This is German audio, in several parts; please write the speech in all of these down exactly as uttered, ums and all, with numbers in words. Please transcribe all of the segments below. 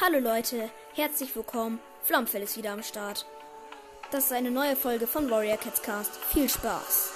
Hallo Leute, herzlich willkommen. Flomfell ist wieder am Start. Das ist eine neue Folge von Warrior Cats Cast. Viel Spaß!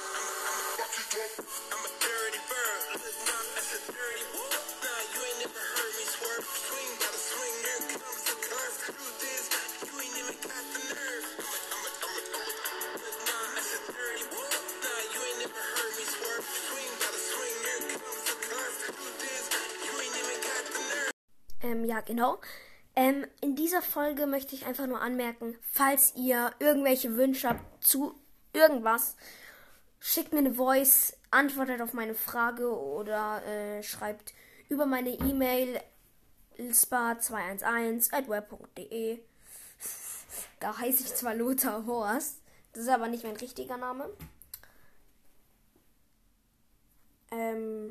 Ähm, ja, genau. Ähm, in dieser Folge möchte ich einfach nur anmerken, falls ihr irgendwelche Wünsche habt zu irgendwas, schickt mir eine Voice, antwortet auf meine Frage oder äh, schreibt über meine E-Mail ilspa zwei eins eins at web punkt de. Da heiße ich zwar Lothar Horst, das ist aber nicht mein richtiger Name. Ähm...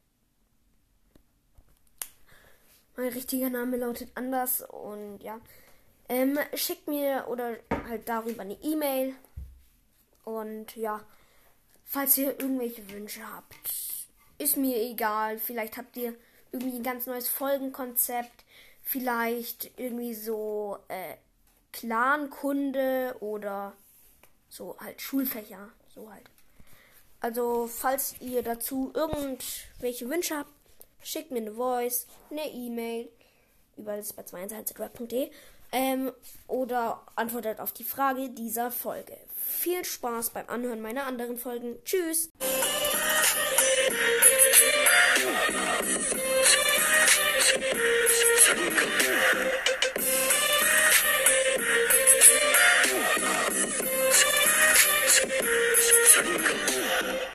Mein richtiger Name lautet anders und ja, ähm, schickt mir oder halt darüber eine E-Mail und ja, falls ihr irgendwelche Wünsche habt, ist mir egal, vielleicht habt ihr irgendwie ein ganz neues Folgenkonzept, vielleicht irgendwie so äh, Clankunde oder so halt Schulfächer, so halt. Also, falls ihr dazu irgendwelche Wünsche habt, schickt mir eine Voice, eine E-Mail über ilspa zwei eins eins at web punkt de ähm, oder antwortet auf die Frage dieser Folge. Viel Spaß beim Anhören meiner anderen Folgen. Tschüss!